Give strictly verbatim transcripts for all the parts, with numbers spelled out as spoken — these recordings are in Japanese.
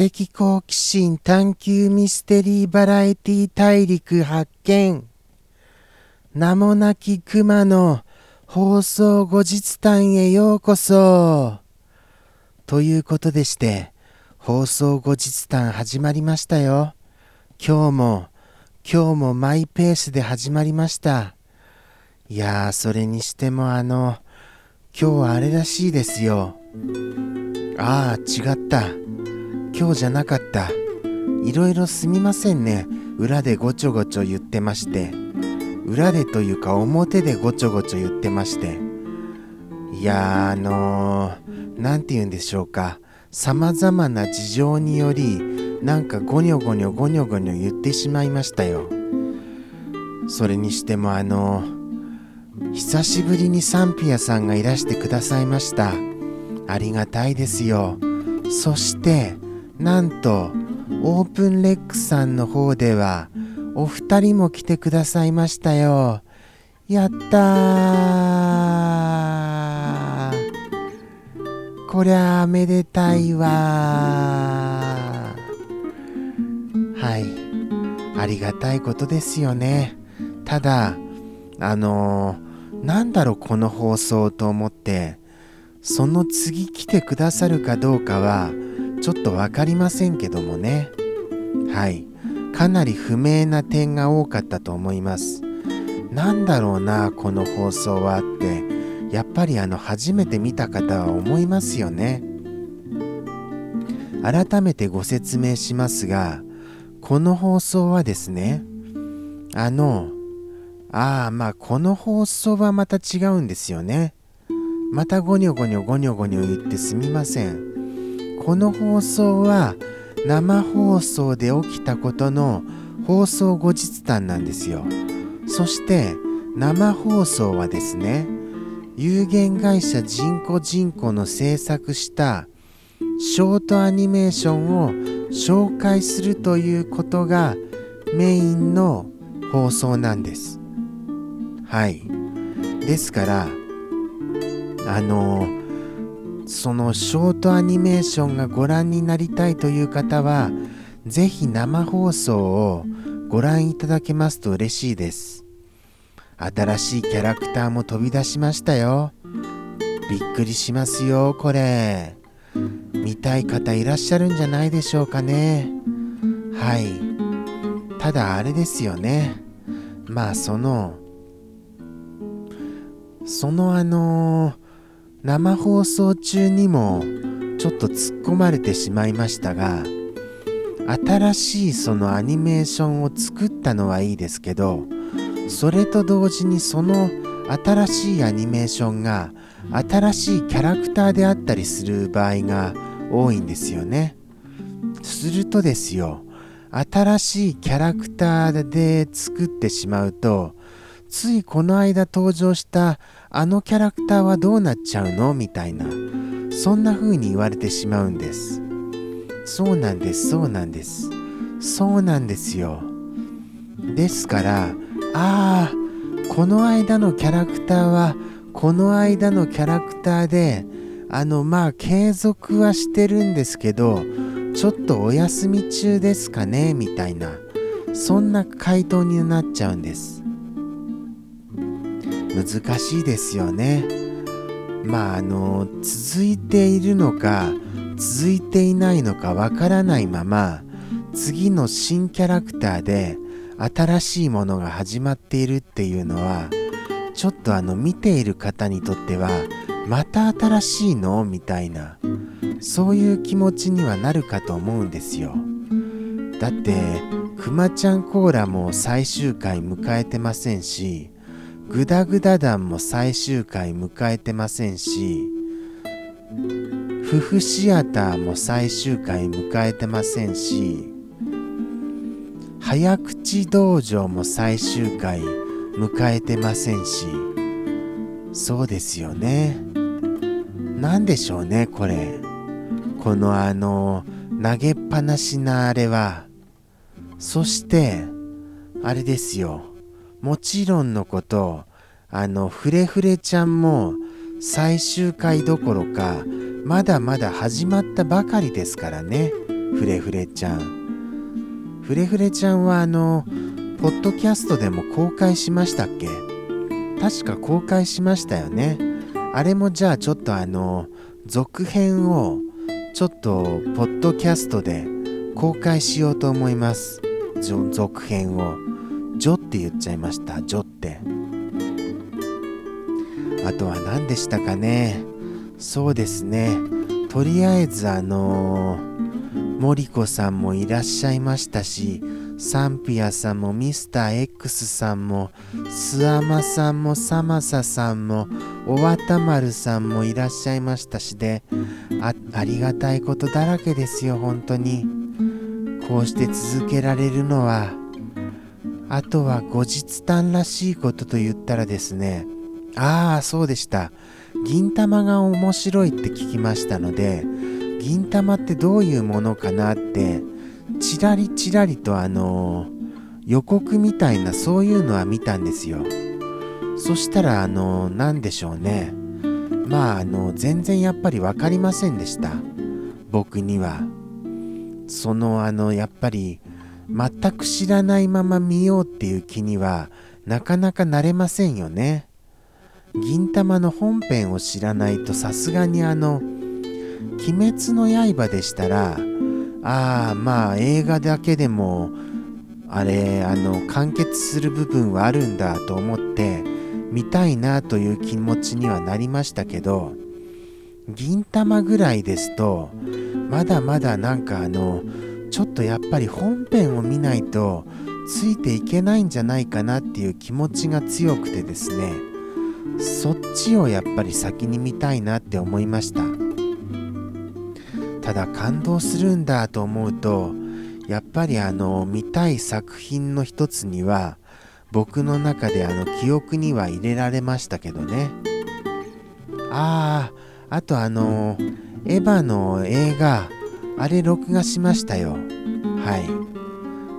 的好奇心探求ミステリーバラエティ大陸発見。名もなき熊の放送後日談へようこそ。ということでして、放送後日談始まりましたよ。今日も、今日もマイペースで始まりました。いやー、それにしてもあの、今日はあれらしいですよ。ああ、違った。今日じゃなかった。いろいろすみませんね。裏でごちょごちょ言ってまして。裏でというか表でごちょごちょ言ってまして。いやー、あのー、なんて言うんでしょうか。様々な事情により、なんかゴニョゴニョゴニョゴニョ言ってしまいましたよ。それにしてもあのー、久しぶりにサンピアさんがいらしてくださいました。ありがたいですよ。そしてなんとオープンレックさんの方ではお二人も来てくださいましたよ。やったー。こりゃあめでたいわー。はい、ありがたいことですよね。ただあのー、なんだろうこの放送と思って、その次来てくださるかどうかはちょっとわかりませんけどもね。はい、かなり不明な点が多かったと思います。なんだろうなこの放送はって、やっぱりあの初めて見た方は思いますよね。改めてご説明しますが、この放送はですね、あのああまあこの放送はまた違うんですよね。またゴニョゴニョゴニョゴニョ言ってすみません。この放送は生放送で起きたことの放送後日談なんですよ。そして生放送はですね、有限会社人工人工の制作したショートアニメーションを紹介するということがメインの放送なんです。はい。ですからあのそのショートアニメーションがご覧になりたいという方は、ぜひ生放送をご覧いただけますと嬉しいです。新しいキャラクターも飛び出しましたよ。びっくりしますよこれ。見たい方いらっしゃるんじゃないでしょうかね。はい。ただあれですよね。まあそのそのあのー生放送中にもちょっと突っ込まれてしまいましたが、新しいそのアニメーションを作ったのはいいですけど、それと同時にその新しいアニメーションが新しいキャラクターであったりする場合が多いんですよね。するとですよ、新しいキャラクターで作ってしまうと、ついこの間登場したあのキャラクターはどうなっちゃうのみたいな、そんな風に言われてしまうんです。そうなんですそうなんですそうなんですよ。ですからああこの間のキャラクターはこの間のキャラクターであのまあ継続はしてるんですけど、ちょっとお休み中ですかねみたいな、そんな回答になっちゃうんです。難しいですよね。まああの続いているのか続いていないのかわからないまま、次の新キャラクターで新しいものが始まっているっていうのは、ちょっとあの見ている方にとってはまた新しいのみたいな、そういう気持ちにはなるかと思うんですよ。だってくまちゃんコーラも最終回迎えてませんし、グダグダ団も最終回迎えてませんし、フフシアターも最終回迎えてませんし、早口道場も最終回迎えてませんし、そうですよね。なんでしょうねこれ、このあの投げっぱなしなあれは。そしてあれですよ、もちろんのこと、あのフレフレちゃんも最終回どころかまだまだ始まったばかりですからね。 フレフレちゃん。フレフレちゃんはあのポッドキャストでも公開しましたっけ？確か公開しましたよね。あれもじゃあちょっとあの続編をちょっとポッドキャストで公開しようと思います。続編をジョって言っちゃいました。ジョって。あとは何でしたかね。そうですね、とりあえずあのー、森子さんもいらっしゃいましたし、サンピアさんもミスター X さんもスアマさんもサマサさんもおわたまるさんもいらっしゃいましたしで、あ、ありがたいことだらけですよ。本当にこうして続けられるのは、あとは後日談らしいことと言ったらですね、ああそうでした、銀玉が面白いって聞きましたので、銀玉ってどういうものかなってチラリチラリとあの予告みたいなそういうのは見たんですよ。そしたらあのなんでしょうね、まああの全然やっぱり分かりませんでした。僕にはそのあのやっぱり全く知らないまま見ようっていう気にはなかなかなれませんよね。銀玉の本編を知らないとさすがにあの鬼滅の刃でしたら、ああまあ映画だけでもあれあの完結する部分はあるんだと思って見たいなという気持ちにはなりましたけど、銀玉ぐらいですとまだまだなんかあのちょっとやっぱり本編を見ないとついていけないんじゃないかなっていう気持ちが強くてですね、そっちをやっぱり先に見たいなって思いました。ただ感動するんだと思うと、やっぱりあの見たい作品の一つには僕の中であの記憶には入れられましたけどね。ああ、あとあのエヴァの映画、あれ録画しましたよ。はい、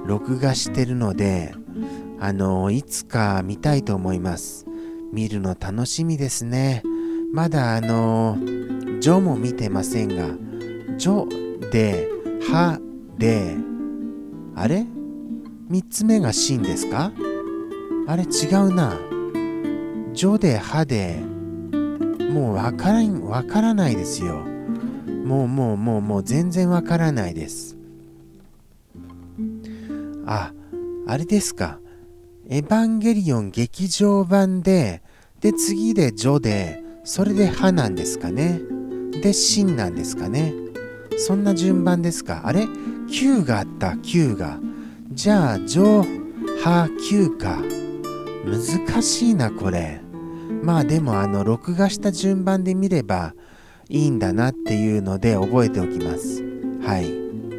録画してるのであのいつか見たいと思います。見るの楽しみですね。まだあのジョも見てませんが、ジョでハであれみっつめがシンですか？あれ違うな。ジョでハでもうわからんわからないですよ。もうもうもうもう全然わからないです。あ、あれですか。エヴァンゲリオン劇場版で、で次でジョで、それでハなんですかね。でシンなんですかね。そんな順番ですか。あれきゅうがあった、きゅうが。じゃあジョ、ハ、きゅうか。難しいなこれ。まあでもあの録画した順番で見ればいいんだなっていうので覚えておきます。はい。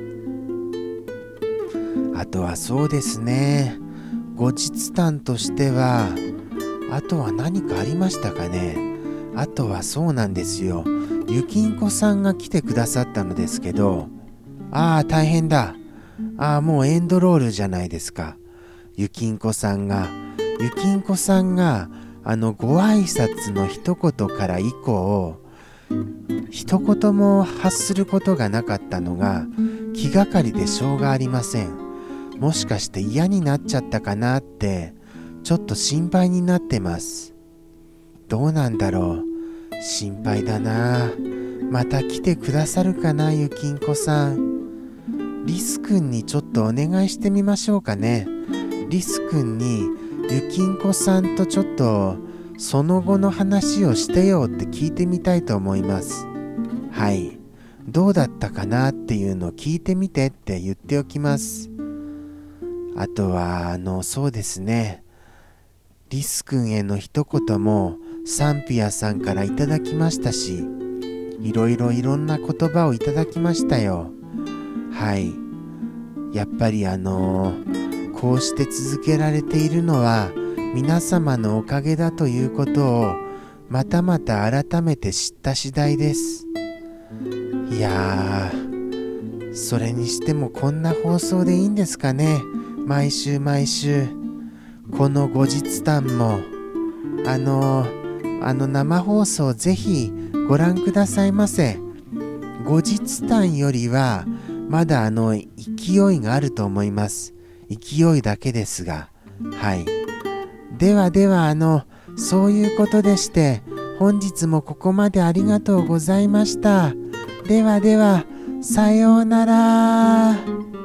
あとはそうですね、後日談としてはあとは何かありましたかね。あとはそうなんですよ、ゆきんこさんが来てくださったのですけど、ああ大変だ、ああもうエンドロールじゃないですか。ゆきんこさんがゆきんこさんがあのご挨拶の一言から以降一言も発することがなかったのが気がかりでしょうがありません。もしかして嫌になっちゃったかなってちょっと心配になってます。どうなんだろう、心配だな。また来てくださるかな、ゆきんこさん。リスくんにちょっとお願いしてみましょうかね。リスくんにゆきんこさんとちょっとその後の話をしてよって聞いてみたいと思います。はい、どうだったかなっていうのを聞いてみてって言っておきます。あとはあのそうですね、リスくんへの一言もサンピアさんからいただきましたし、いろいろいろんな言葉をいただきましたよ。はい、やっぱりあのこうして続けられているのは皆様のおかげだということをまたまた改めて知った次第です。いやー、それにしてもこんな放送でいいんですかね。毎週毎週この後日談もあのあの生放送ぜひご覧くださいませ。後日談よりはまだあの勢いがあると思います。勢いだけですが、はい。ではではあのそういうことでして、本日もここまでありがとうございました。ではでは、さようなら。